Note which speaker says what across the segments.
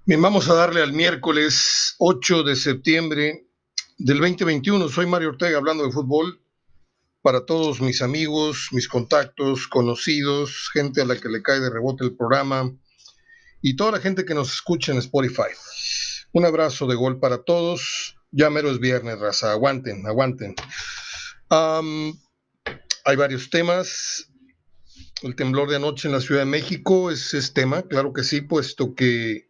Speaker 1: Bien, vamos a darle al miércoles 8 de septiembre del 2021. Soy Mario Ortega hablando de fútbol para todos mis amigos, mis contactos, conocidos, gente a la que le cae de rebote el programa y toda la gente que nos escucha en Spotify. Un abrazo de gol para todos. Ya mero es viernes, raza. Aguanten, aguanten. Um, Hay varios temas. El temblor de anoche en la Ciudad de México es tema, claro que sí, puesto que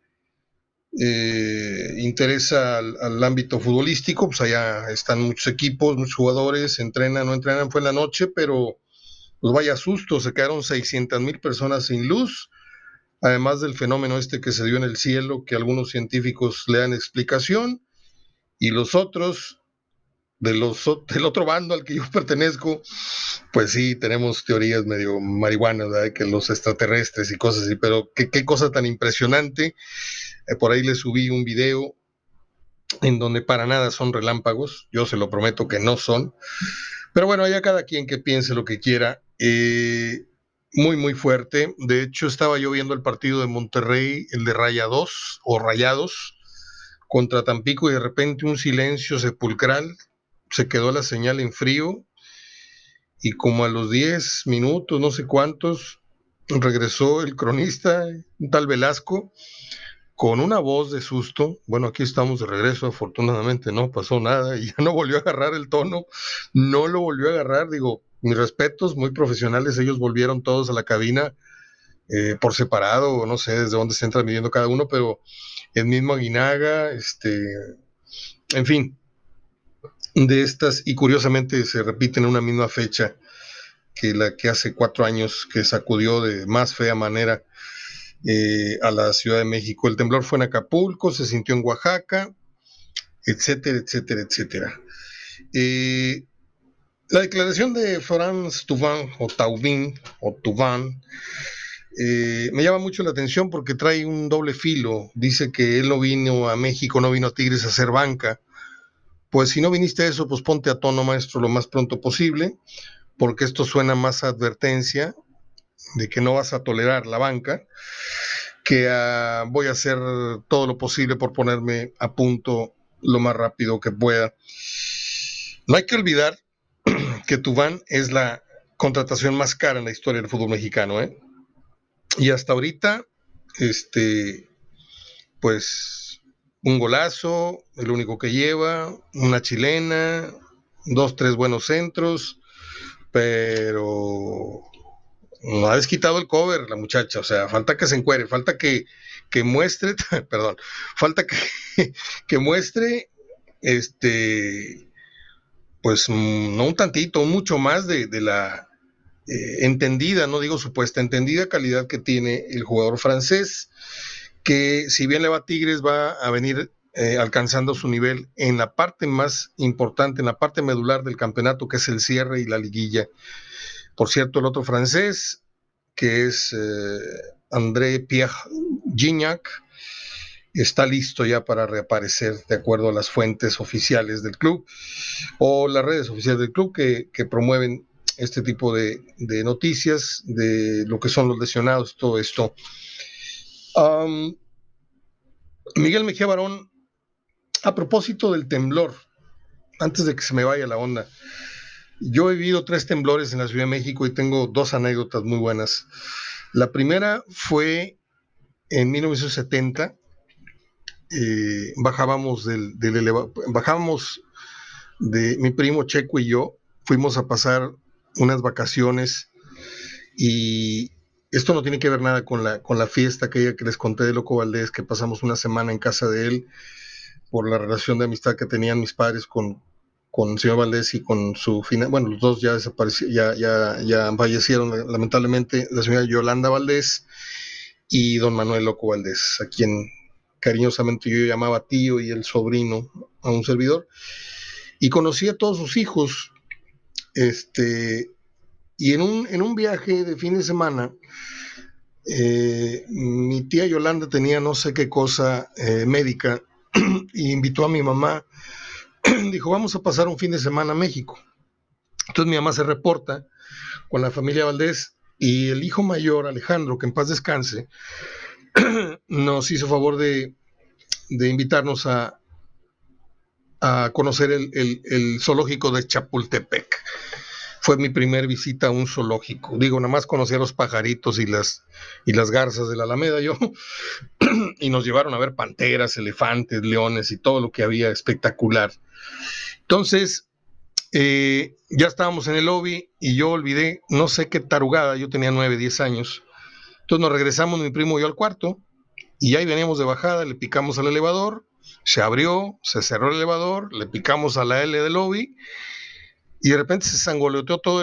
Speaker 1: interesa al ámbito futbolístico, pues allá están muchos equipos, muchos jugadores, entrenan, no entrenan, fue en la noche, pero pues vaya susto, se quedaron 600,000 personas sin luz, además del fenómeno este que se dio en el cielo, que algunos científicos le dan explicación, y los otros, del otro bando al que yo pertenezco, pues sí, tenemos teorías medio marihuanas, ¿verdad? Que los extraterrestres y cosas así, pero qué cosa tan impresionante. Por ahí le subí un video en donde para nada son relámpagos, yo se lo prometo que no son, pero bueno, haya cada quien que piense lo que quiera. Muy, muy fuerte. De hecho, estaba yo viendo el partido de Monterrey, el de Rayados o Rayados contra Tampico, y de repente un silencio sepulcral, se quedó la señal en frío, y como a los 10 minutos, no sé cuántos, regresó el cronista, un tal Velasco, con una voz de susto. Bueno, aquí estamos de regreso, afortunadamente no pasó nada, y ya no volvió a agarrar el tono, no lo volvió a agarrar. Digo, mis respetos, muy profesionales, ellos volvieron todos a la cabina por separado, no sé desde dónde se entra midiendo cada uno, pero el mismo Aguinaga, en fin, de estas, y curiosamente se repite en una misma fecha que la que hace 4 años que sacudió de más fea manera a la Ciudad de México. El temblor fue en Acapulco, se sintió en Oaxaca, etcétera, etcétera, etcétera. Eh, la declaración de Florence Thauvin o Taubin o Thauvin me llama mucho la atención porque trae un doble filo. Dice que él no vino a México, no vino a Tigres a hacer banca. Pues si no viniste a eso, pues ponte a tono, maestro, lo más pronto posible, porque esto suena más a advertencia de que no vas a tolerar la banca, que voy a hacer todo lo posible por ponerme a punto lo más rápido que pueda. No hay que olvidar que Tubán es la contratación más cara en la historia del fútbol mexicano, ¿eh? Y hasta ahorita, pues, un golazo, el único que lleva, una chilena, dos, tres buenos centros, pero no ha desquitado el cover la muchacha. O sea, falta que se encuere, falta que muestre, perdón, falta que muestre, pues no un tantito, mucho más de la entendida, no digo supuesta, entendida calidad que tiene el jugador francés, que si bien le va a Tigres, va a venir alcanzando su nivel en la parte más importante, en la parte medular del campeonato, que es el cierre y la liguilla. Por cierto, el otro francés, que es André Pierre Gignac, está listo ya para reaparecer, de acuerdo a las fuentes oficiales del club o las redes oficiales del club que promueven este tipo de noticias de lo que son los lesionados, todo esto. Miguel Mejía Barón, a propósito del temblor, antes de que se me vaya la onda, yo he vivido 3 temblores en la Ciudad de México y tengo 2 anécdotas muy buenas. La primera fue en 1970. Bajábamos de mi primo Checo y yo, fuimos a pasar unas vacaciones, y esto no tiene que ver nada con la fiesta aquella que les conté de Loco Valdés, que pasamos una semana en casa de él por la relación de amistad que tenían mis padres con el señor Valdés y con su final. Bueno, los dos ya desaparecieron, ya fallecieron lamentablemente, la señora Yolanda Valdés y don Manuel Loco Valdés, a quien cariñosamente yo llamaba tío y el sobrino a un servidor, y conocí a todos sus hijos. Y en un viaje de fin de semana, mi tía Yolanda tenía no sé qué cosa médica, y invitó a mi mamá. Dijo, vamos a pasar un fin de semana a México. Entonces mi mamá se reporta con la familia Valdés, y el hijo mayor, Alejandro, que en paz descanse, nos hizo favor de invitarnos a conocer el zoológico de Chapultepec. Fue mi primer visita a un zoológico. Digo, nada más conocí a los pajaritos y las garzas de la Alameda yo, y nos llevaron a ver panteras, elefantes, leones y todo lo que había espectacular. Entonces, ya estábamos en el lobby y yo olvidé, no sé qué tarugada, yo tenía 9, 10 años. Entonces nos regresamos mi primo y yo al cuarto y ahí veníamos de bajada, le picamos al elevador, se abrió, se cerró el elevador, le picamos a la L del lobby y de repente se sangoleó todo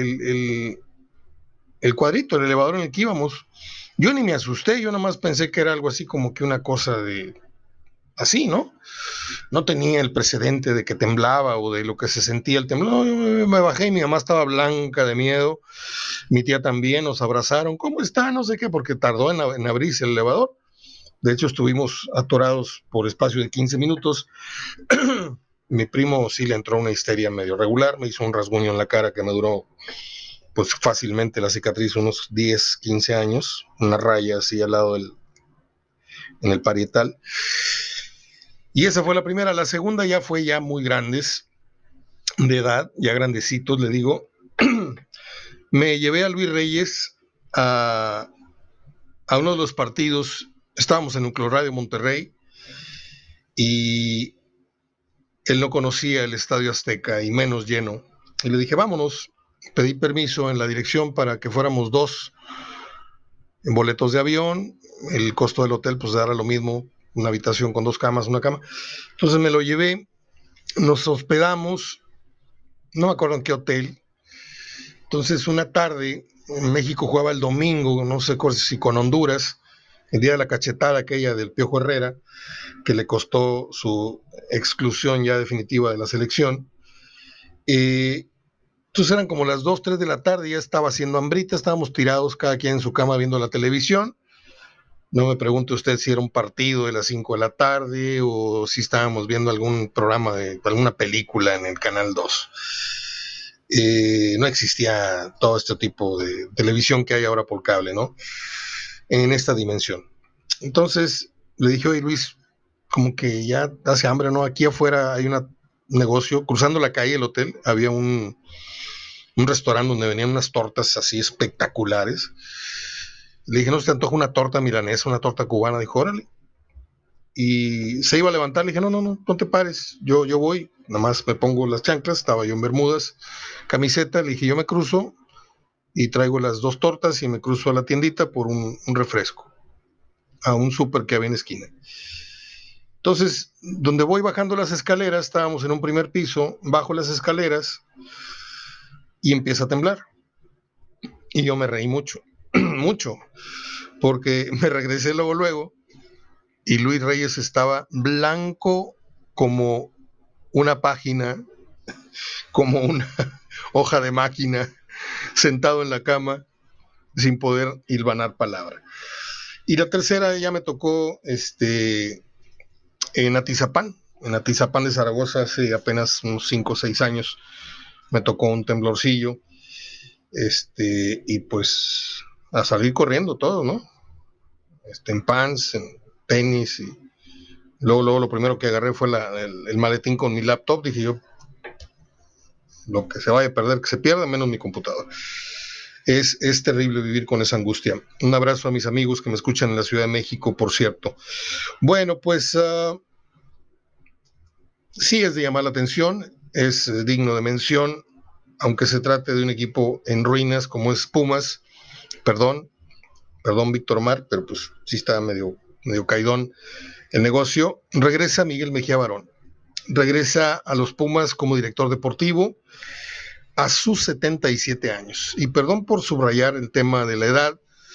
Speaker 1: el cuadrito, el elevador en el que íbamos. Yo ni me asusté, yo nada más pensé que era algo así como que una cosa de así, ¿no? No tenía el precedente de que temblaba o de lo que se sentía el temblor. Yo me bajé y mi mamá estaba blanca de miedo, mi tía también, nos abrazaron, ¿cómo está? No sé qué, porque tardó en abrirse el elevador. De hecho, estuvimos atorados por espacio de 15 minutos. Mi primo sí le entró una histeria medio regular, me hizo un rasguño en la cara que me duró pues fácilmente la cicatriz unos 10, 15 años, una raya así al lado en el parietal. Y esa fue la primera. La segunda ya fue ya muy grandes de edad, ya grandecitos, le digo. Me llevé a Luis Reyes a uno de los partidos. Estábamos en Núcleo Radio Monterrey y él no conocía el Estadio Azteca y menos lleno. Y le dije, vámonos. Pedí permiso en la dirección para que fuéramos 2 en boletos de avión. El costo del hotel pues era lo mismo, una habitación con 2 camas, una cama. Entonces me lo llevé, nos hospedamos, no me acuerdo en qué hotel. Entonces una tarde, en México jugaba el domingo, no sé si con Honduras, el día de la cachetada aquella del Piojo Herrera, que le costó su exclusión ya definitiva de la selección. Entonces eran como las 2, 3 de la tarde, ya estaba haciendo hambrita, estábamos tirados cada quien en su cama viendo la televisión. No me pregunte usted si era un partido de las 5 de la tarde o si estábamos viendo algún programa de alguna película en el Canal 2. No existía todo este tipo de televisión que hay ahora por cable, ¿no? En esta dimensión. Entonces le dije, oye Luis, como que ya hace hambre, ¿no? Aquí afuera hay un negocio, cruzando la calle del hotel, había un restaurante donde venían unas tortas así espectaculares. Le dije, ¿no se te antoja una torta milanesa, una torta cubana? Dijo, órale. Y se iba a levantar, le dije, no te pares, yo voy, nada más me pongo las chanclas, estaba yo en bermudas, camiseta, le dije, yo me cruzo y traigo las 2 tortas y me cruzo a la tiendita por un refresco, a un súper que había en esquina. Entonces, donde voy bajando las escaleras, estábamos en un primer piso, bajo las escaleras y empieza a temblar. Y yo me reí mucho, mucho, porque me regresé luego y Luis Reyes estaba blanco como una página, como una hoja de máquina, sentado en la cama sin poder hilvanar palabra. Y la tercera ya me tocó en Atizapán de Zaragoza, hace apenas unos 5 o 6 años, me tocó un temblorcillo, y pues a salir corriendo todo, ¿no? En pants, en tenis, y luego lo primero que agarré fue el maletín con mi laptop. Dije yo, lo que se vaya a perder, que se pierda, menos mi computadora. Es terrible vivir con esa angustia. Un abrazo a mis amigos que me escuchan en la Ciudad de México, por cierto. Bueno, pues sí es de llamar la atención, es digno de mención, aunque se trate de un equipo en ruinas como es Pumas. Perdón, Víctor Mar, pero pues sí está medio caidón el negocio. Regresa Miguel Mejía Barón, regresa a los Pumas como director deportivo a sus 77 años. Y perdón por subrayar el tema de la edad,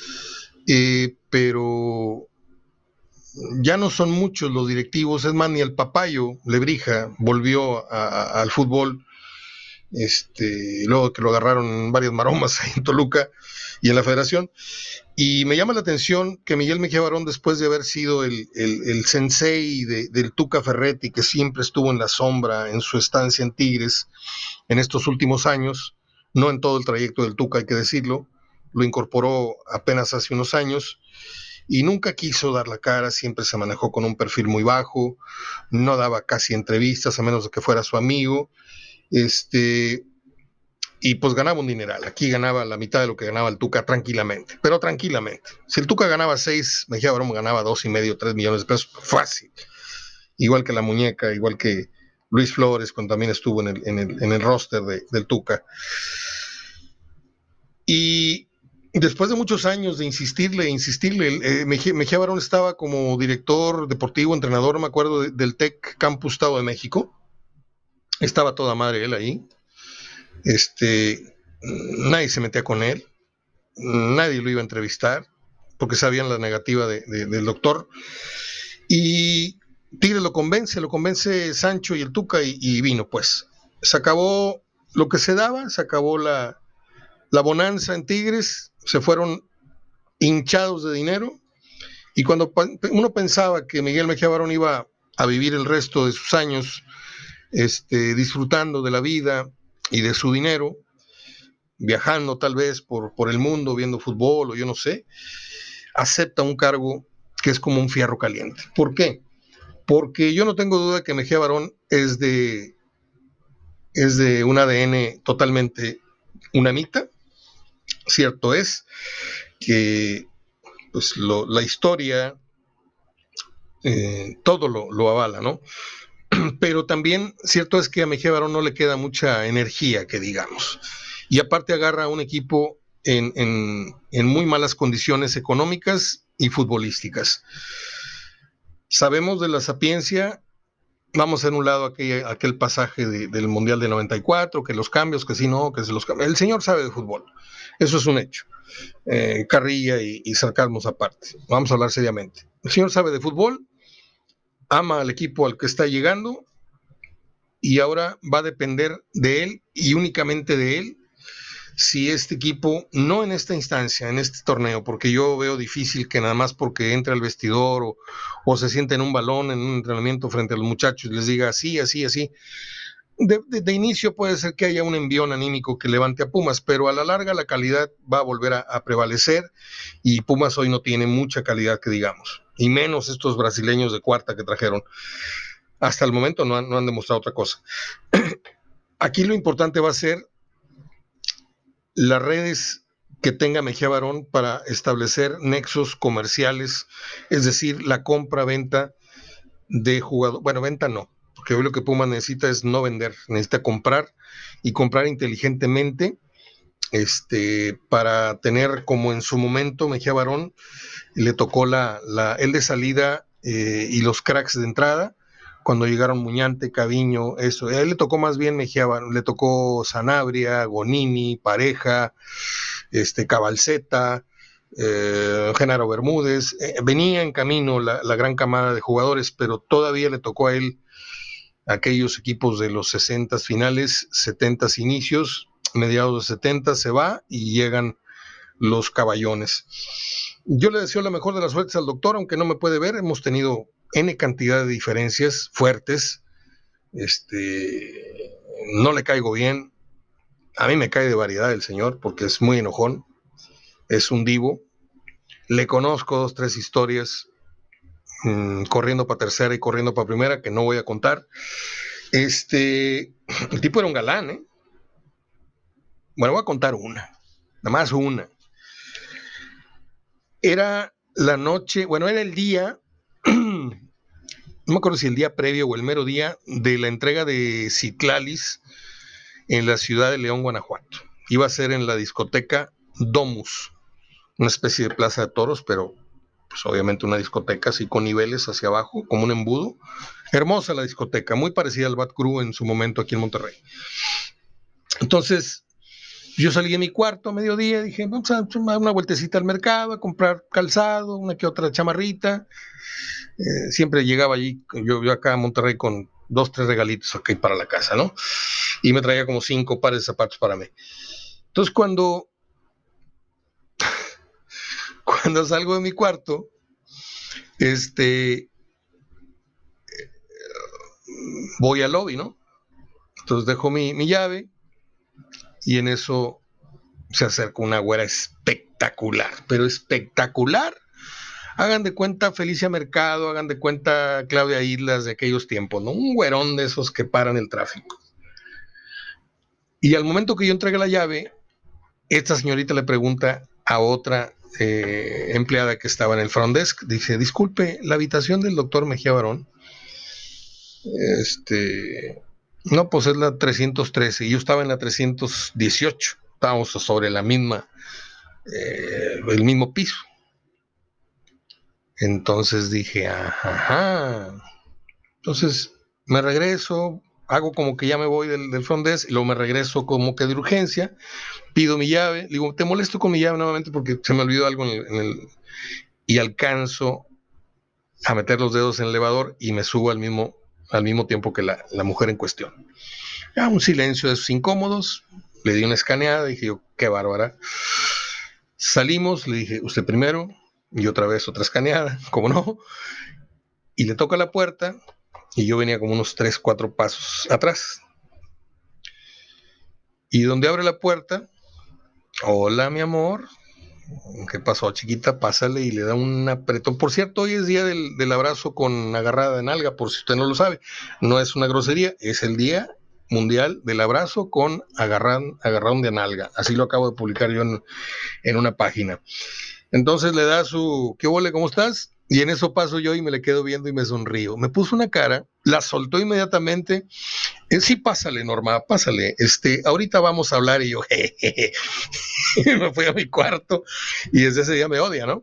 Speaker 1: pero ya no son muchos los directivos, es más, ni el papayo Lebrija volvió al fútbol, luego que lo agarraron en varias maromas en Toluca y en la federación. Y me llama la atención que Miguel Mejía Barón, después de haber sido el sensei del Tuca Ferretti, que siempre estuvo en la sombra en su estancia en Tigres en estos últimos años, no en todo el trayecto del Tuca, hay que decirlo, lo incorporó apenas hace unos años, y nunca quiso dar la cara, siempre se manejó con un perfil muy bajo, no daba casi entrevistas a menos de que fuera su amigo, y pues ganaba un dineral. Aquí ganaba la mitad de lo que ganaba el Tuca tranquilamente, pero tranquilamente. Si el Tuca ganaba 6, Mejía Barón ganaba 2,5, 3 millones de pesos, fácil. Igual que la muñeca, igual que Luis Flores, cuando también estuvo en el roster del Tuca. Y después de muchos años de insistirle, Mejía Barón estaba como director deportivo, entrenador, me acuerdo, del TEC Campus Estado de México. Estaba toda madre él ahí. Nadie se metía con él, nadie lo iba a entrevistar, porque sabían la negativa del doctor. Y Tigre lo convence Sancho y el Tuca y vino, pues. Se acabó lo que se daba, se acabó la bonanza en Tigres, se fueron hinchados de dinero, y cuando uno pensaba que Miguel Mejía Barón iba a vivir el resto de sus años disfrutando de la vida y de su dinero, viajando tal vez por el mundo, viendo fútbol o yo no sé, acepta un cargo que es como un fierro caliente. ¿Por qué? Porque yo no tengo duda que Mejía Barón es de un ADN totalmente unamita. Cierto es que pues la historia todo lo avala, ¿no? Pero también cierto es que a Mejía Barón no le queda mucha energía, que digamos. Y aparte agarra a un equipo en muy malas condiciones económicas y futbolísticas. Sabemos de la sapiencia, vamos a en un lado aquel pasaje del Mundial de 94, que los cambios, que sí, no, que se los cambios. El señor sabe de fútbol, eso es un hecho. Carrilla y sarcasmos aparte, vamos a hablar seriamente. El señor sabe de fútbol, ama al equipo al que está llegando, y ahora va a depender de él y únicamente de él si este equipo, no en esta instancia, en este torneo, porque yo veo difícil que nada más porque entre al vestidor o se siente en un balón, en un entrenamiento frente a los muchachos, les diga así, así, así. De inicio puede ser que haya un envión anímico que levante a Pumas, pero a la larga la calidad va a volver a prevalecer, y Pumas hoy no tiene mucha calidad, que digamos, y menos estos brasileños de cuarta que trajeron. Hasta el momento no han demostrado otra cosa. Aquí lo importante va a ser las redes que tenga Mejía Barón para establecer nexos comerciales, es decir, la compra-venta de jugadores. Bueno, venta no, porque hoy lo que Puma necesita es no vender, necesita comprar, y comprar inteligentemente, para tener, como en su momento Mejía Barón le tocó él de salida, y los cracks de entrada, cuando llegaron Muñante, Caviño, eso. A él le tocó más bien Mejía Barón, le tocó Sanabria, Gonini, Pareja, Cabalceta, Genaro Bermúdez. Venía en camino la gran camada de jugadores, pero todavía le tocó a él aquellos equipos de los 60 finales, 70 inicios, mediados de 70 se va y llegan los caballones. Yo le deseo la mejor de las suertes al doctor, aunque no me puede ver, hemos tenido N cantidad de diferencias fuertes, no le caigo bien, a mí me cae de variedad el señor, porque es muy enojón, es un divo, le conozco 2, 3 historias, corriendo para tercera y corriendo para primera, que no voy a contar. El tipo era un galán, ¿eh? Bueno, voy a contar una, nada más una. Era la noche, bueno, era el día, no me acuerdo si el día previo o el mero día de la entrega de Citlalis en la ciudad de León, Guanajuato. Iba a ser en la discoteca Domus, una especie de plaza de toros, pero pues obviamente una discoteca así con niveles hacia abajo, como un embudo. Hermosa la discoteca, muy parecida al Bat Crew en su momento aquí en Monterrey. Entonces, yo salí de mi cuarto a mediodía, dije, vamos a dar una vueltecita al mercado, a comprar calzado, una que otra chamarrita. Siempre llegaba allí, yo acá a Monterrey con 2, 3 regalitos aquí para la casa, ¿no? Y me traía como 5 pares de zapatos para mí. Entonces, cuando salgo de mi cuarto, voy al lobby, ¿no? Entonces dejo mi llave, y en eso se acerca una güera espectacular, pero espectacular, Hagan de cuenta Felicia Mercado, hagan de cuenta Claudia Islas de aquellos tiempos, ¿no? Un güerón de esos que paran el tráfico. Y al momento que yo entregué la llave, esta señorita le pregunta a otra empleada que estaba en el front desk, dice, disculpe, la habitación del doctor Mejía Barón, no, pues es la 313, y yo estaba en la 318, estábamos sobre la misma, el mismo piso. Entonces dije, ajá. Entonces me regreso, hago como que ya me voy del front desk, y luego me regreso como que de urgencia, pido mi llave, digo, te molesto con mi llave nuevamente porque se me olvidó algo y alcanzo a meter los dedos en el elevador y me subo al mismo tiempo que la mujer en cuestión. Ya un silencio de esos incómodos, le di una escaneada, dije yo, qué bárbara. Salimos, le dije, usted primero, y otra vez otra escaneada, ¿cómo no? Y le toca la puerta, y yo venía como unos 3, 4 pasos atrás. Y donde abre la puerta, hola mi amor, ¿qué pasó, chiquita? Pásale, y le da un apretón. Por cierto, hoy es día del abrazo con agarrada de nalga, por si usted no lo sabe. No es una grosería, es el día mundial del abrazo con agarrón de nalga. Así lo acabo de publicar yo en una página. Entonces le da su, ¿qué ole, cómo estás? Y en eso paso yo y me le quedo viendo y me sonrío. Me puso una cara, la soltó inmediatamente. Sí, pásale, Norma, pásale. Ahorita vamos a hablar, y yo, jejeje. Me fui a mi cuarto y desde ese día me odia, ¿no?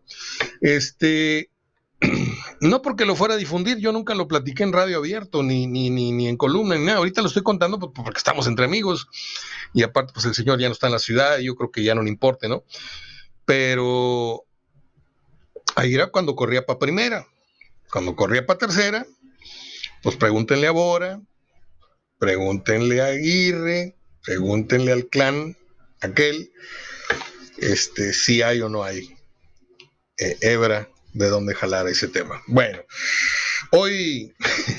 Speaker 1: No porque lo fuera a difundir, yo nunca lo platiqué en radio abierto, ni en columna, ni nada. Ahorita lo estoy contando porque estamos entre amigos, y aparte, pues el señor ya no está en la ciudad, y yo creo que ya no le importe, ¿no? Pero ahí era cuando corría para primera. Cuando corría para tercera, pues pregúntenle a Bora, pregúntenle a Aguirre, pregúntenle al clan aquel, si hay o no hay hebra de dónde jalar ese tema. Bueno, hoy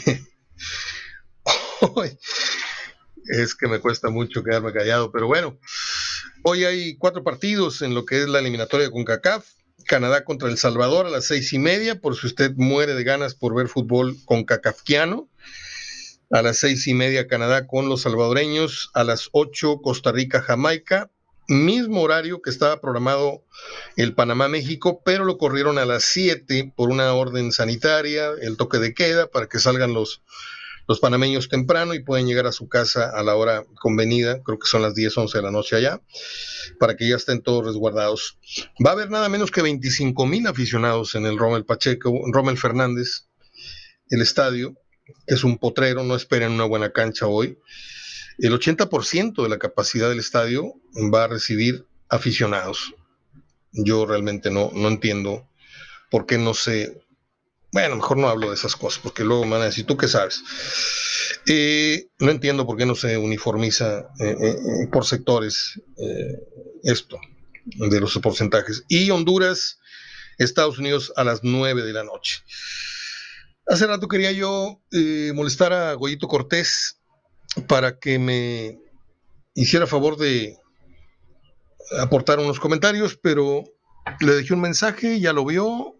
Speaker 1: es que me cuesta mucho quedarme callado, pero bueno, hoy hay 4 partidos en lo que es la eliminatoria de CONCACAF. Canadá contra El Salvador a las 6:30, por si usted muere de ganas por ver fútbol concacafquiano. A las 6:30 Canadá con los salvadoreños, a las 8 Costa Rica, Jamaica, mismo horario que estaba programado el Panamá-México, pero lo corrieron a las 7 por una orden sanitaria, el toque de queda, para que salgan los panameños temprano y pueden llegar a su casa a la hora convenida, creo que son las 10, 11 de la noche allá, para que ya estén todos resguardados. Va a haber nada menos que 25,000 aficionados en el Rommel Fernández, el estadio, que es un potrero, no esperen una buena cancha hoy. El 80% de la capacidad del estadio va a recibir aficionados. Yo realmente no entiendo por qué no se... Bueno, mejor no hablo de esas cosas, porque luego me van a decir, ¿tú qué sabes? No entiendo por qué no se uniformiza por sectores esto, de los porcentajes. Y Honduras, Estados Unidos a las 9 de la noche. Hace rato quería yo molestar a Goyito Cortés para que me hiciera favor de aportar unos comentarios, pero le dejé un mensaje, ya lo vio,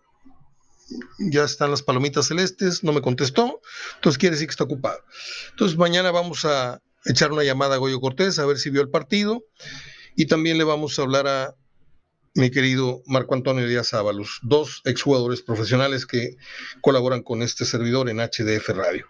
Speaker 1: ya están las palomitas celestes, no me contestó, entonces quiere decir que está ocupado. Entonces mañana vamos a echar una llamada a Goyo Cortés a ver si vio el partido, y también le vamos a hablar a mi querido Marco Antonio Díaz Ábalos, 2 exjugadores profesionales que colaboran con este servidor en HDF Radio.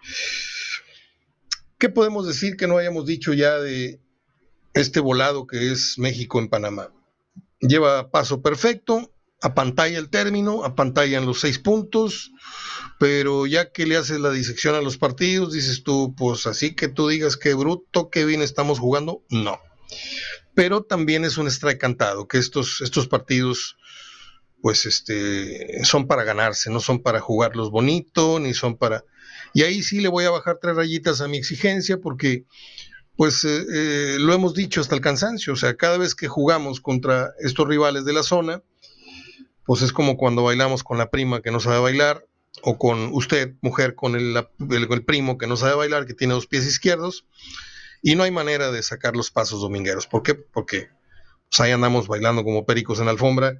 Speaker 1: ¿Qué podemos decir que no hayamos dicho ya de este volado que es México en Panamá? Lleva paso perfecto, apantalla el término, apantallan los 6 puntos, pero ya que le haces la disección a los partidos, dices tú, pues así que tú digas qué bruto, qué bien estamos jugando, no. Pero también es un strike cantado, que estos partidos pues son para ganarse, no son para jugarlos bonito, ni son para... Y ahí sí le voy a bajar 3 rayitas a mi exigencia, porque pues lo hemos dicho hasta el cansancio, o sea, cada vez que jugamos contra estos rivales de la zona, pues es como cuando bailamos con la prima que no sabe bailar, o con usted, mujer, con el primo que no sabe bailar, que tiene 2 pies izquierdos, y no hay manera de sacar los pasos domingueros. ¿Por qué? Porque pues ahí andamos bailando como pericos en la alfombra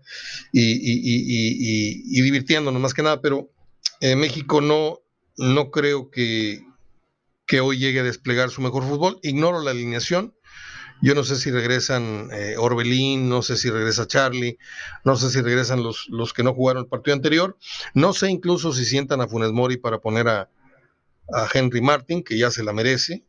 Speaker 1: y divirtiéndonos más que nada, pero México no creo que hoy llegue a desplegar su mejor fútbol. Ignoro la alineación. Yo no sé si regresan Orbelín, no sé si regresa Charlie, no sé si regresan los que no jugaron el partido anterior. No sé incluso si sientan a Funes Mori para poner a Henry Martin, que ya se la merece,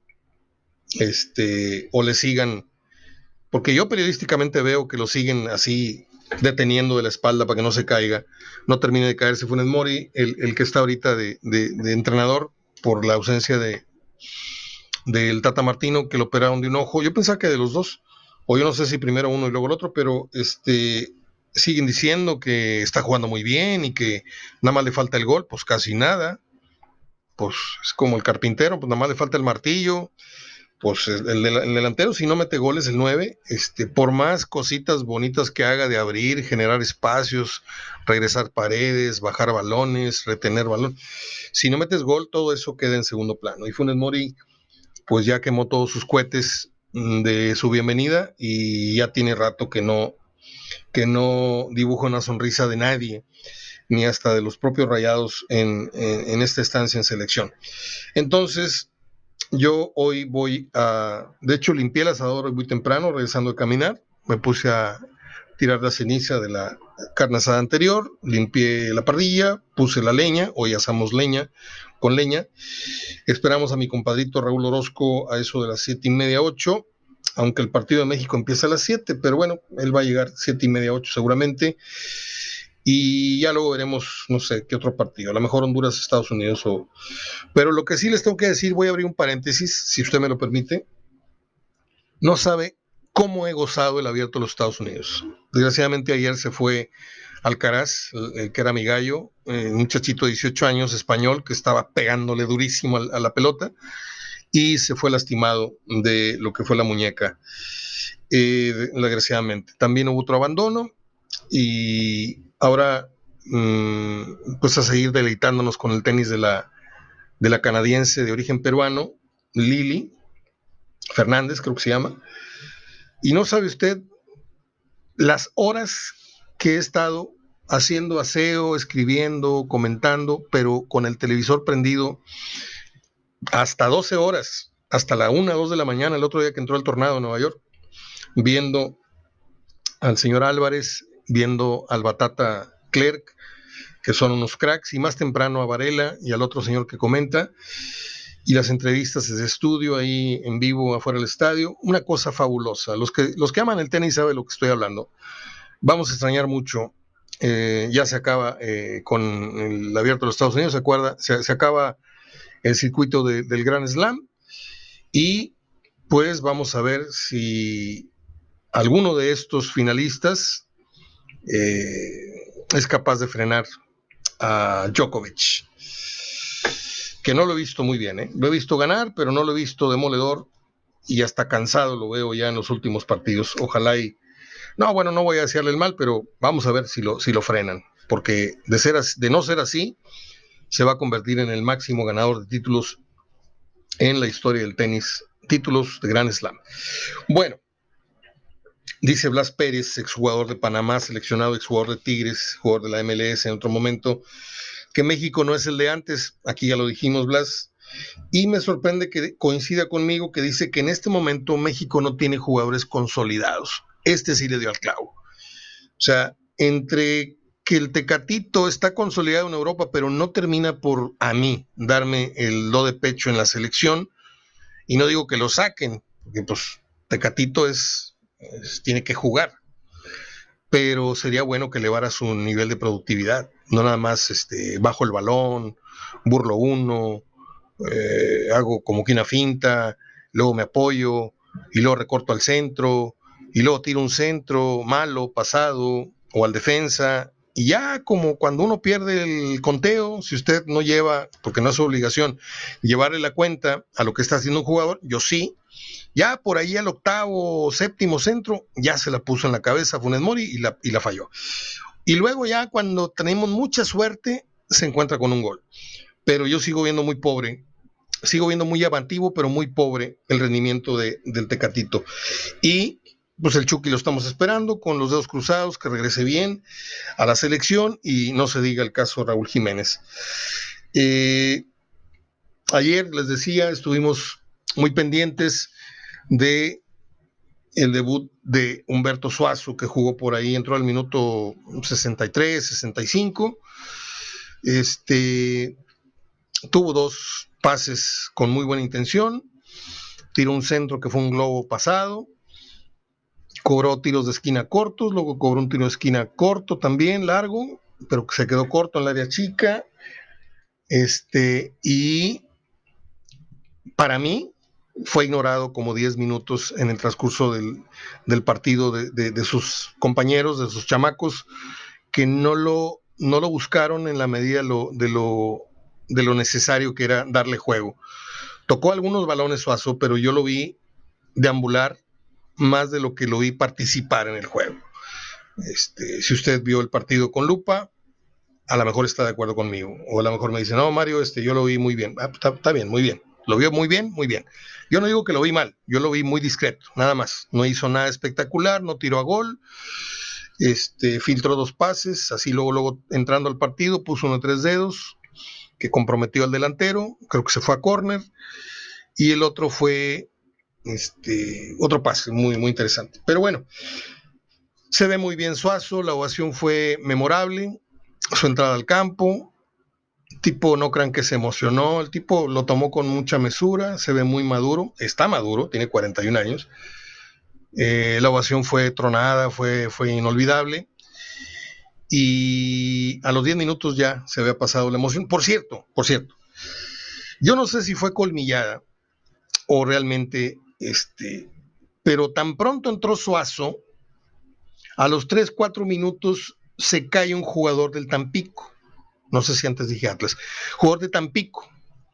Speaker 1: o le sigan, porque yo periodísticamente veo que lo siguen así deteniendo de la espalda para que no se caiga, no termine de caerse Funes Mori, el que está ahorita de entrenador por la ausencia del Tata Martino, que lo operaron de un ojo. Yo pensaba que de los dos, o yo no sé si primero uno y luego el otro, pero siguen diciendo que está jugando muy bien y que nada más le falta el gol, pues casi nada. Pues es como el carpintero, pues nada más le falta el martillo. Pues el delantero, si no mete goles, el 9, por más cositas bonitas que haga de abrir, generar espacios, regresar paredes, bajar balones, retener balón, si no metes gol, todo eso queda en segundo plano. Y Funes Mori pues ya quemó todos sus cohetes de su bienvenida y ya tiene rato que no dibuja una sonrisa de nadie, ni hasta de los propios Rayados en esta estancia en selección. Entonces, yo hoy de hecho limpié el asador hoy muy temprano, regresando a caminar, me puse a tirar la ceniza de la carne asada anterior, limpié la parrilla, puse la leña, hoy asamos leña con leña. Esperamos a mi compadrito Raúl Orozco a eso de las 7:30, 8, aunque el partido de México empieza a las 7, pero bueno, él va a llegar 7:30, 8 seguramente. Y ya luego veremos, no sé, qué otro partido, a lo mejor Honduras, Estados Unidos. Pero lo que sí les tengo que decir, voy a abrir un paréntesis, si usted me lo permite. No sabe cómo he gozado el abierto de los Estados Unidos. Desgraciadamente ayer se fue Alcaraz, el que era mi gallo, un muchachito de 18 años, español, que estaba pegándole durísimo a la pelota y se fue lastimado de lo que fue la muñeca, desgraciadamente. También hubo otro abandono y ahora pues a seguir deleitándonos con el tenis de la canadiense de origen peruano, Lili Fernández, creo que se llama. Y no sabe usted las horas que he estado haciendo aseo, escribiendo, comentando, pero con el televisor prendido hasta 12 horas, hasta la 1, 2 de la mañana, el otro día que entró el tornado en Nueva York, viendo al señor Álvarez, viendo al Batata Clerc, que son unos cracks, y más temprano a Varela y al otro señor que comenta, y las entrevistas desde estudio ahí en vivo afuera del estadio, una cosa fabulosa. Los que aman el tenis saben de lo que estoy hablando. Vamos a extrañar mucho. Ya se acaba con el abierto de los Estados Unidos, se acaba el circuito del Grand Slam y pues vamos a ver si alguno de estos finalistas es capaz de frenar a Djokovic, que no lo he visto muy bien, lo he visto ganar, pero no lo he visto demoledor y hasta cansado lo veo ya en los últimos partidos. Ojalá no, bueno, no voy a decirle el mal, pero vamos a ver si lo frenan, porque de no ser así, se va a convertir en el máximo ganador de títulos en la historia del tenis, títulos de Grand Slam. Bueno, dice Blas Pérez, exjugador de Panamá, seleccionado, exjugador de Tigres, jugador de la MLS en otro momento, que México no es el de antes. Aquí ya lo dijimos, Blas. Y me sorprende que coincida conmigo, que dice que en este momento México no tiene jugadores consolidados. Sí le dio al clavo. O sea, entre que el Tecatito está consolidado en Europa, pero no termina por, a mí, darme el do de pecho en la selección, y no digo que lo saquen, porque pues Tecatito tiene que jugar, pero sería bueno que elevara su nivel de productividad, no nada más bajo el balón, burlo uno, hago como que una finta, luego me apoyo, y luego recorto al centro, y luego tiro un centro malo, pasado, o al defensa, y ya como cuando uno pierde el conteo, si usted no lleva, porque no es su obligación, llevarle la cuenta a lo que está haciendo un jugador, yo sí, ya por ahí al octavo, séptimo centro, ya se la puso en la cabeza Funes Mori y la falló. Y luego ya cuando tenemos mucha suerte, se encuentra con un gol. Pero yo sigo viendo muy pobre, sigo viendo muy llamativo, pero muy pobre el rendimiento del Tecatito. Y pues el Chucky lo estamos esperando con los dedos cruzados, que regrese bien a la selección, y no se diga el caso de Raúl Jiménez. Ayer les decía, estuvimos muy pendientes de el debut de Humberto Suazo, que jugó por ahí, entró al minuto 63, 65. Tuvo dos pases con muy buena intención, tiró un centro que fue un globo pasado, cobró tiros de esquina cortos, luego cobró un tiro de esquina corto también, largo, pero que se quedó corto en el área chica. Y para mí fue ignorado como 10 minutos en el transcurso del partido de sus compañeros, de sus chamacos, que no lo buscaron en la medida de lo necesario que era darle juego. Tocó algunos balones Suazo, pero yo lo vi deambular más de lo que lo vi participar en el juego. Si usted vio el partido con lupa, a lo mejor está de acuerdo conmigo, o a lo mejor me dice, no, Mario, yo lo vi muy bien. Está bien, muy bien. Lo vio muy bien, muy bien. Yo no digo que lo vi mal, yo lo vi muy discreto, nada más. No hizo nada espectacular, no tiró a gol, filtró dos pases, así luego entrando al partido, puso uno de 3 dedos, que comprometió al delantero, creo que se fue a córner, y el otro fue otro pase muy, muy interesante. Pero bueno, se ve muy bien Suazo, la ovación fue memorable, su entrada al campo, el tipo no crean que se emocionó, el tipo lo tomó con mucha mesura, se ve muy maduro, está maduro, tiene 41 años, la ovación fue tronada, fue inolvidable, y a los 10 minutos ya se había pasado la emoción. Por cierto, yo no sé si fue colmillada o realmente, pero tan pronto entró Suazo, a los 3, 4 minutos se cae un jugador del Tampico. No sé si antes dije Atlas. Jugador de Tampico.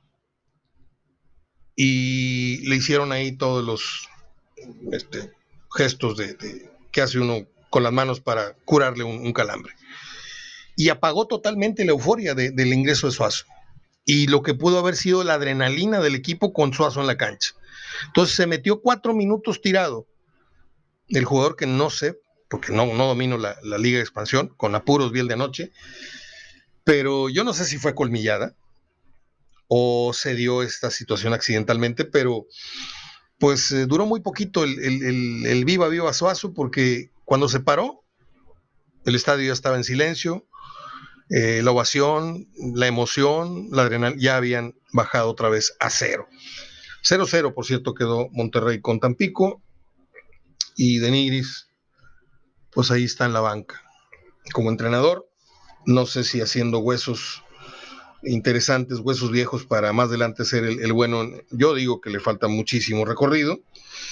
Speaker 1: Y le hicieron ahí todos los gestos que hace uno con las manos para curarle un calambre. Y apagó totalmente la euforia del ingreso de Suazo. Y lo que pudo haber sido la adrenalina del equipo con Suazo en la cancha. Entonces se metió 4 minutos tirado. El jugador que no sé, porque no domino la Liga de Expansión, con apuros vi el de anoche, pero yo no sé si fue colmillada o se dio esta situación accidentalmente, pero pues duró muy poquito el viva Suazo, porque cuando se paró, el estadio ya estaba en silencio, la ovación, la emoción, la adrenalina ya habían bajado otra vez a 0. 0-0, por cierto, quedó Monterrey con Tampico, y De Nigris, pues ahí está en la banca como entrenador. No sé si haciendo huesos interesantes, huesos viejos para más adelante ser el bueno. Yo digo que le falta muchísimo recorrido.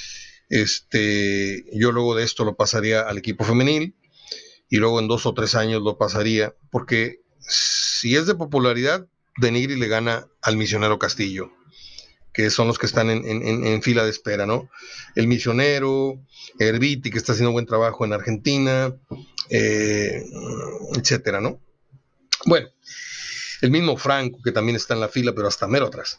Speaker 1: Yo luego de esto lo pasaría al equipo femenil, y luego en 2 o 3 años lo pasaría, porque si es de popularidad, De Nigris le gana al Misionero Castillo, que son los que están en fila de espera, ¿no? El Misionero, Herbiti, que está haciendo buen trabajo en Argentina, etcétera, ¿no? Bueno, el mismo Franco, que también está en la fila, pero hasta mero atrás.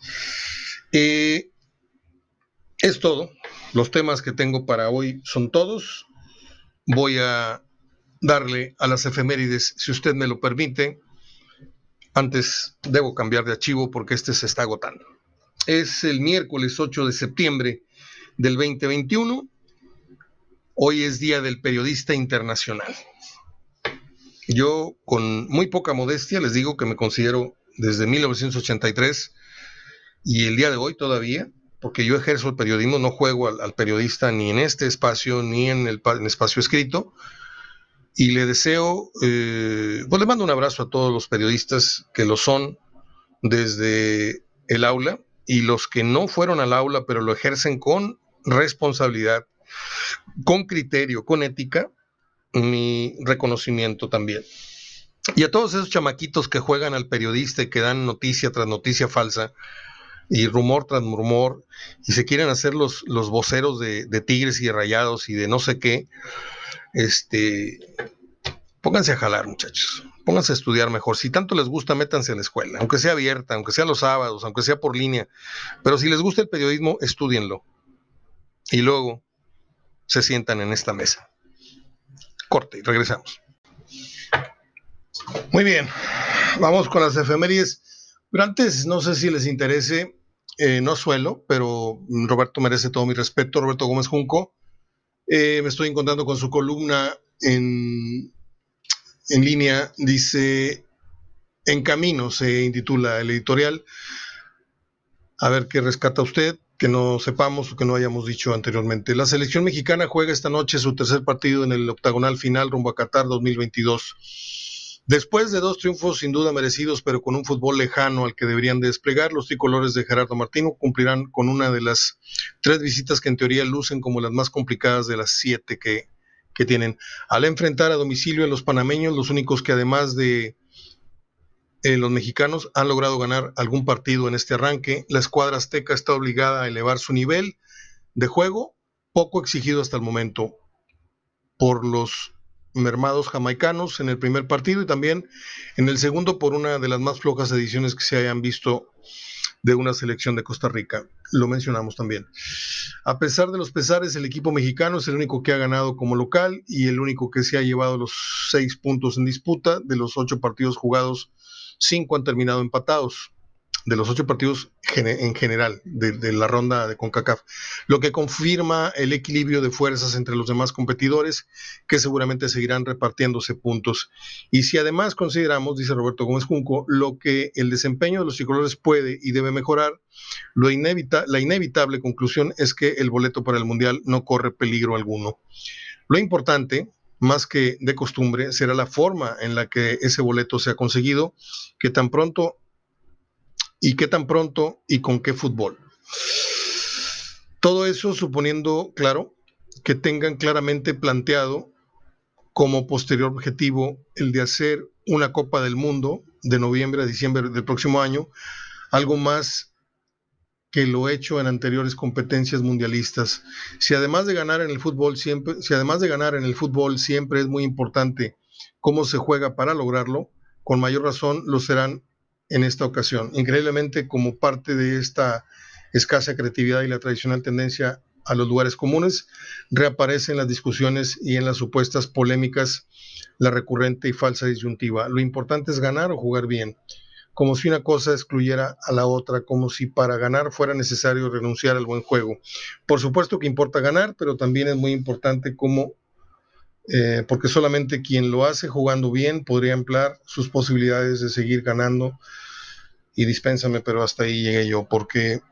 Speaker 1: Es todo. Los temas que tengo para hoy son todos. Voy a darle a las efemérides, si usted me lo permite. Antes debo cambiar de archivo porque se está agotando. Es el miércoles 8 de septiembre del 2021. Hoy es Día del Periodista Internacional. Yo, con muy poca modestia, les digo que me considero desde 1983 y el día de hoy todavía, porque yo ejerzo el periodismo, no juego al periodista ni en este espacio ni en el espacio escrito, y le deseo, pues le mando un abrazo a todos los periodistas que lo son desde el aula, y los que no fueron al aula pero lo ejercen con responsabilidad, con criterio, con ética, mi reconocimiento también. Y a todos esos chamaquitos que juegan al periodista y que dan noticia tras noticia falsa y rumor tras rumor, y se quieren hacer los voceros de Tigres y de Rayados y de no sé qué, pónganse a jalar, muchachos, pónganse a estudiar mejor. Si tanto les gusta, métanse a la escuela, aunque sea abierta, aunque sea los sábados, aunque sea por línea, pero si les gusta el periodismo, estúdienlo. Y luego, se sientan en esta mesa. Corte y regresamos. Muy bien, vamos con las efemérides. Pero antes, no sé si les interese, no suelo, pero Roberto merece todo mi respeto, Roberto Gómez Junco. Me estoy encontrando con su columna en línea, dice En Camino, se intitula el editorial. A ver qué rescata usted, que no sepamos o que no hayamos dicho anteriormente. La selección mexicana juega esta noche su tercer partido en el octagonal final rumbo a Qatar 2022. Después de 2 triunfos sin duda merecidos, pero con un fútbol lejano al que deberían desplegar, los tricolores de Gerardo Martino cumplirán con una de las 3 visitas que en teoría lucen como las más complicadas de las 7 que tienen. Al enfrentar a domicilio a los panameños, los únicos que además de los mexicanos han logrado ganar algún partido en este arranque, la escuadra azteca está obligada a elevar su nivel de juego, poco exigido hasta el momento por los mermados jamaicanos en el primer partido y también en el segundo por una de las más flojas ediciones que se hayan visto de una selección de Costa Rica. Lo mencionamos también. A pesar de los pesares, el equipo mexicano es el único que ha ganado como local y el único que se ha llevado los 6 puntos en disputa. De los 8 partidos jugados, 5 han terminado empatados. De los 8 partidos en general de la ronda de CONCACAF, lo que confirma el equilibrio de fuerzas entre los demás competidores, que seguramente seguirán repartiéndose puntos. Y si además consideramos, dice Roberto Gómez Junco, lo que el desempeño de los tricolores puede y debe mejorar, la inevitable conclusión es que el boleto para el Mundial no corre peligro alguno. Lo importante, más que de costumbre, será la forma en la que ese boleto sea conseguido, que tan pronto y qué tan pronto y con qué fútbol. Todo eso suponiendo, claro, que tengan claramente planteado como posterior objetivo el de hacer una Copa del Mundo de noviembre a diciembre del próximo año, algo más que lo hecho en anteriores competencias mundialistas. Si además de ganar en el fútbol siempre es muy importante cómo se juega para lograrlo, con mayor razón lo serán en esta ocasión. Increíblemente, como parte de esta escasa creatividad y la tradicional tendencia a los lugares comunes, reaparece en las discusiones y en las supuestas polémicas la recurrente y falsa disyuntiva. Lo importante es ganar o jugar bien, como si una cosa excluyera a la otra, como si para ganar fuera necesario renunciar al buen juego. Por supuesto que importa ganar, pero también es muy importante cómo porque solamente quien lo hace jugando bien podría emplear sus posibilidades de seguir ganando. Y dispénsame, pero hasta ahí llegué yo, porque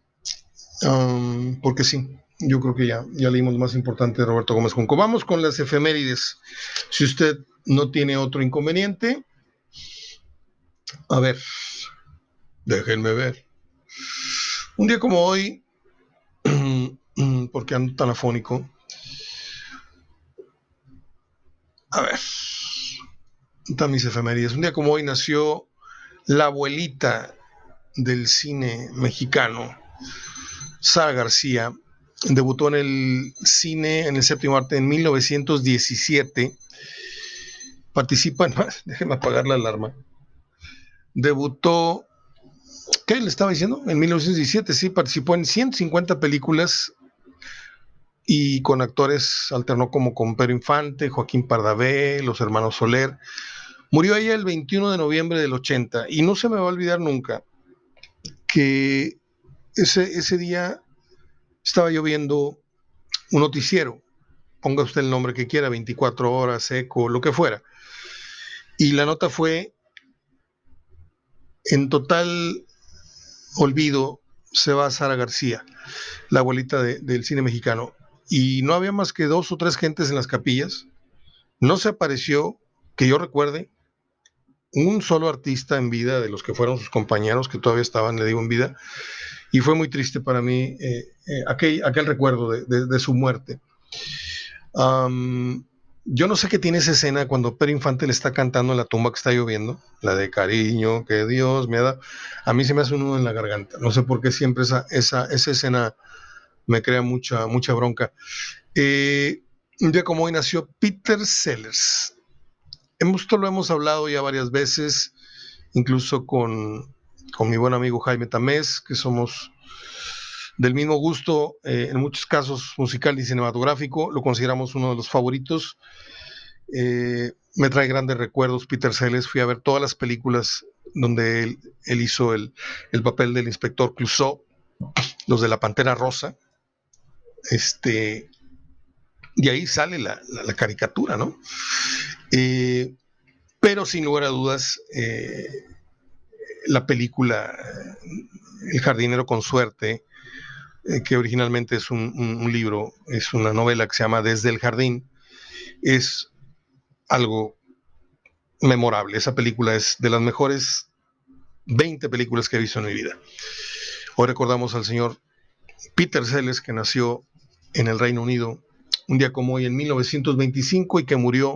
Speaker 1: sí, yo creo que ya leímos lo más importante de Roberto Gómez Junco. Vamos con las efemérides, si usted no tiene otro inconveniente. A ver, déjenme ver. Un día como hoy, porque ando tan afónico. A ver, están mis efemérides. Un día como hoy nació la abuelita del cine mexicano, Sara García. Debutó en el cine, en el séptimo arte, en 1917. Participa en... Déjeme apagar la alarma. Debutó... ¿Qué le estaba diciendo? En 1917, sí, participó en 150 películas y con actores alternó como con Pedro Infante, Joaquín Pardavé, los hermanos Soler. Murió ella el 21 de noviembre del 80 y no se me va a olvidar nunca que ese día estaba yo viendo un noticiero, ponga usted el nombre que quiera, 24 horas, Eco, lo que fuera, y la nota fue: en total olvido se va Sara García, la abuelita del cine mexicano, y no había más que 2 o 3 gentes en las capillas. No se apareció, que yo recuerde, un solo artista en vida de los que fueron sus compañeros que todavía estaban, le digo, en vida, y fue muy triste para mí aquel recuerdo de su muerte. Yo no sé qué tiene esa escena cuando Pedro Infante le está cantando en la tumba que está lloviendo, la de cariño que Dios me ha dado. A mí se me hace un nudo en la garganta. No sé por qué siempre esa escena me crea mucha bronca. Un día como hoy nació Peter Sellers. Esto lo hemos hablado ya varias veces, incluso con mi buen amigo Jaime Tamés, que somos Del mismo gusto, en muchos casos musical y cinematográfico, lo consideramos uno de los favoritos. Me trae grandes recuerdos Peter Sellers. Fui a ver todas las películas donde él hizo el papel del inspector Clouseau, los de la Pantera Rosa. Y ahí sale la caricatura, ¿no? Pero sin lugar a dudas, la película El jardinero con suerte, que originalmente es un libro, es una novela que se llama Desde el jardín, es algo memorable. Esa película es de las mejores 20 películas que he visto en mi vida. Hoy recordamos al señor Peter Sellers, que nació en el Reino Unido un día como hoy en 1925 y que murió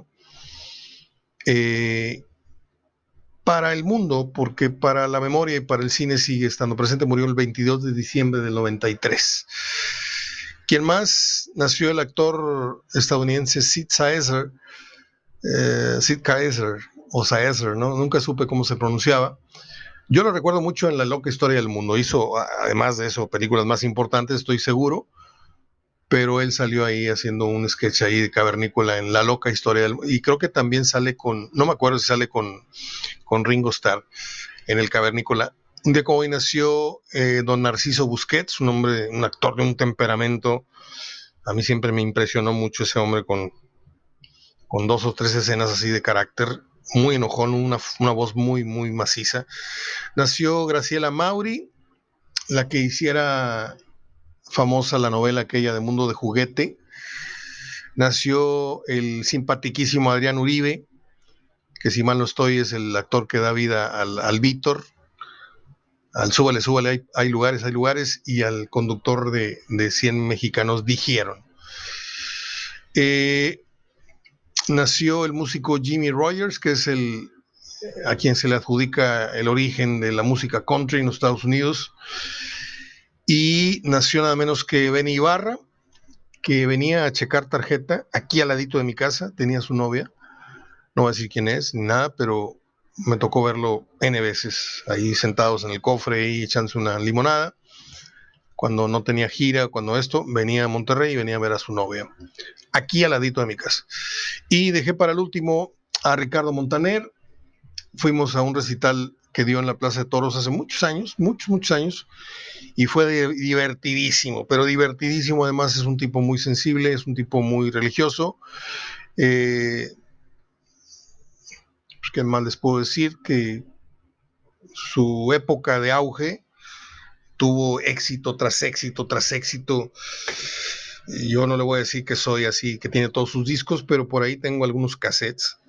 Speaker 1: para el mundo, porque para la memoria y para el cine sigue estando presente. Murió el 22 de diciembre del 93. ¿Quién más? Nació el actor estadounidense Sid Caesar, o Caesar, ¿no? Nunca supe cómo se pronunciaba. Yo lo recuerdo mucho en La loca historia del mundo. Hizo, además de eso, películas más importantes, estoy seguro, pero él salió ahí haciendo un sketch ahí de cavernícola en La loca historia del mundo. Y creo que también sale con, no me acuerdo si sale con Ringo Starr en el cavernícola. Un día como hoy nació don Narciso Busquets, un hombre, un actor de un temperamento. A mí siempre me impresionó mucho ese hombre con 2 o 3 escenas así de carácter, muy enojón, una voz muy, muy maciza. Nació Graciela Mauri, la que hiciera famosa la novela aquella de Mundo de Juguete. Nació el simpatiquísimo Adrián Uribe, que si mal no estoy es el actor que da vida al Víctor, al Súbale, Súbale, hay lugares, y al conductor de 100 mexicanos dijeron. Nació el músico Jimmy Rogers, que es a quien se le adjudica el origen de la música country en los Estados Unidos. Y nació nada menos que Benny Ibarra, que venía a checar tarjeta aquí al ladito de mi casa, tenía su novia, no voy a decir quién es ni nada, pero me tocó verlo N veces, ahí sentados en el cofre y echándose una limonada. Cuando no tenía gira, cuando esto, venía a Monterrey y venía a ver a su novia, aquí al ladito de mi casa. Y dejé para el último a Ricardo Montaner. Fuimos a un recital que dio en la Plaza de Toros hace muchos años, muchos años, y fue divertidísimo, pero divertidísimo. Además es un tipo muy sensible, es un tipo muy religioso. Pues, ¿qué más les puedo decir? Que su época de auge tuvo éxito tras éxito tras éxito. Yo no le voy a decir que soy así, que tiene todos sus discos, pero por ahí tengo algunos cassettes,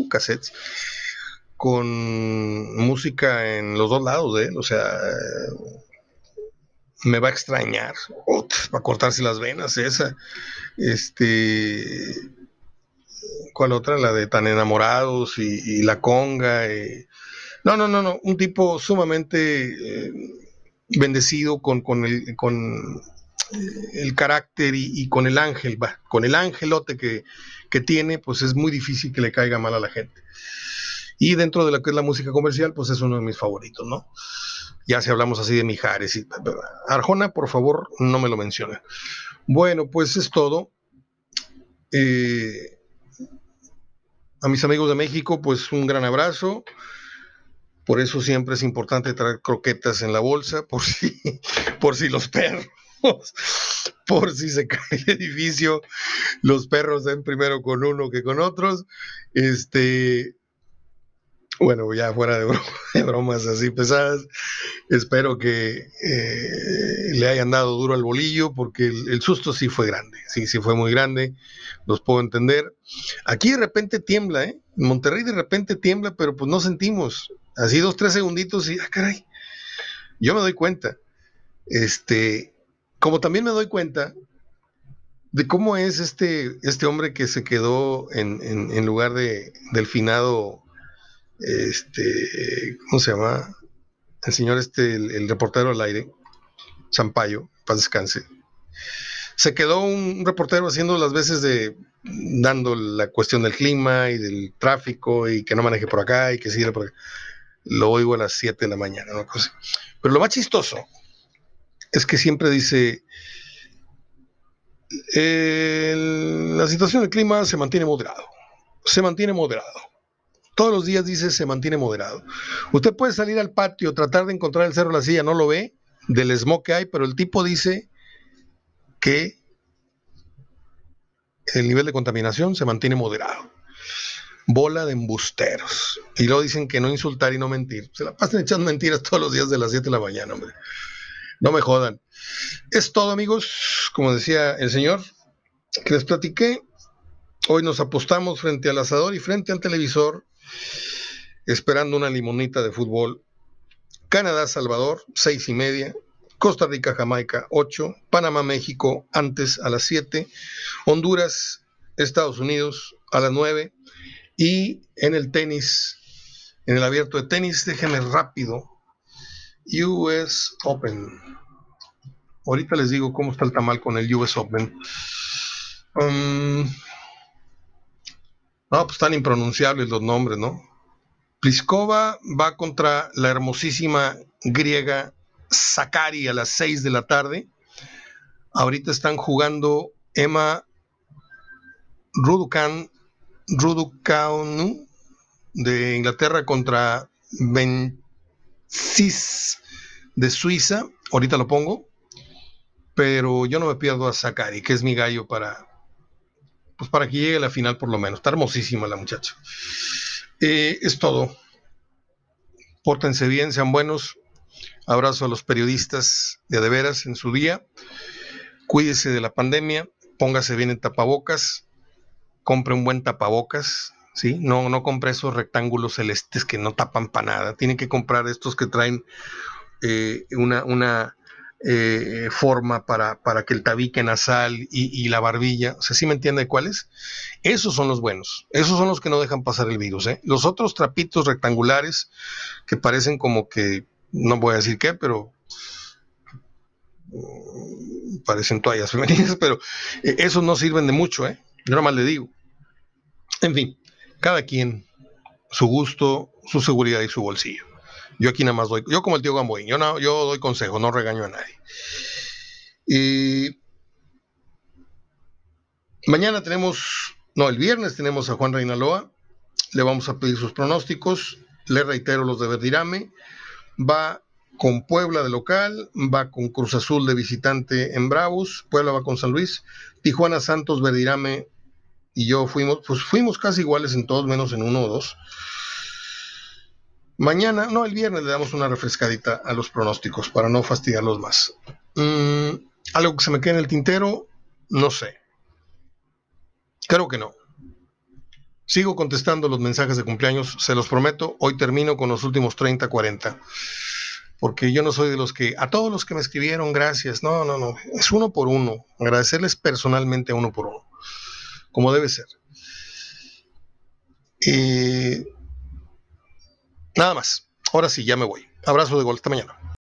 Speaker 1: con música en los dos lados de él. O sea, me va a extrañar, va a cortarse las venas esa. ¿Cuál otra? La de Tan Enamorados y La Conga. No, un tipo sumamente bendecido con el carácter y con el ángel, con el angelote que tiene, pues es muy difícil que le caiga mal a la gente. Y dentro de lo que es la música comercial, pues es uno de mis favoritos, ¿no? Ya si hablamos así de Mijares y Arjona, por favor, no me lo mencionen. Bueno, pues es todo. A mis amigos de México, pues un gran abrazo. Por eso siempre es importante traer croquetas en la bolsa, por si los perros, por si se cae el edificio, los perros den primero con uno que con otros. Bueno, ya fuera de bromas así pesadas, espero que le hayan dado duro al bolillo, porque el susto sí fue grande, sí fue muy grande, los puedo entender. Aquí de repente tiembla, en Monterrey de repente tiembla, pero pues no sentimos, así 2, 3 segunditos y, caray, yo me doy cuenta. Como también me doy cuenta de cómo es este hombre que se quedó en lugar del finado, ¿cómo se llama? El señor el reportero al aire, Sampaio, paz descanse. Se quedó un reportero haciendo las veces dando la cuestión del clima y del tráfico y que no maneje por acá y que siga por acá. Lo oigo a las 7 de la mañana, una cosa. Pero lo más chistoso es que siempre dice, la situación del clima se mantiene moderado. Se mantiene moderado. Todos los días dice se mantiene moderado. Usted puede salir al patio, tratar de encontrar el Cerro de la Silla, no lo ve, del smog que hay, pero el tipo dice que el nivel de contaminación se mantiene moderado. Bola de embusteros. Y luego dicen que no insultar y no mentir. Se la pasan echando mentiras todos los días de las 7 de la mañana, hombre. No me jodan. Es todo, amigos. Como decía el señor que les platiqué, hoy nos apostamos frente al asador y frente al televisor, esperando una limonita de fútbol. Canadá-Salvador, 6:30. Costa Rica-Jamaica, 8. Panamá-México, antes a las 7. Honduras-Estados Unidos, a las 9. Y en el tenis, en el abierto de tenis, déjenme rápido. US Open. Ahorita les digo cómo está el tamal con el US Open. No, pues tan impronunciables los nombres, ¿no? Pliskova va contra la hermosísima griega Sakkari a las 6 de la tarde. Ahorita están jugando Emma Raducanu de Inglaterra contra Bencis de Suiza. Ahorita lo pongo. Pero yo no me pierdo a Sakkari, que es mi gallo para que llegue a la final por lo menos. Está hermosísima la muchacha. Es todo. Pórtense bien, sean buenos. Abrazo a los periodistas de veras en su día. Cuídese de la pandemia. Póngase bien en tapabocas. Compre un buen tapabocas. ¿Sí? No compre esos rectángulos celestes que no tapan para nada. Tienen que comprar estos que traen una forma para que el tabique nasal y la barbilla, o sea, ¿sí me entiende cuáles? Esos son los buenos, esos son los que no dejan pasar el virus, ¿eh? Los otros trapitos rectangulares que parecen como que, no voy a decir qué, pero parecen toallas femeninas, pero esos no sirven de mucho, ¿eh? Yo nada más le digo. En fin, cada quien, su gusto, su seguridad y su bolsillo. Yo aquí nada más doy, yo como el tío Gamboín, yo doy consejo, no regaño a nadie. Y mañana el viernes tenemos a Juan Reinaloa, le vamos a pedir sus pronósticos, le reitero los de Verdirame, va con Puebla de local, va con Cruz Azul de visitante en Bravos, Puebla va con San Luis, Tijuana, Santos, Verdirame y yo fuimos casi iguales en todos, menos en 1 o 2. Mañana, el viernes le damos una refrescadita a los pronósticos para no fastidiarlos más. Algo que se me quede en el tintero, no sé. Creo que no. Sigo contestando los mensajes de cumpleaños, se los prometo. Hoy termino con los últimos 30, 40. Porque yo no soy de los que, a todos los que me escribieron, gracias. No. Es uno por uno. Agradecerles personalmente a uno por uno. Como debe ser. Nada más. Ahora sí, ya me voy. Abrazo de gol. Hasta mañana.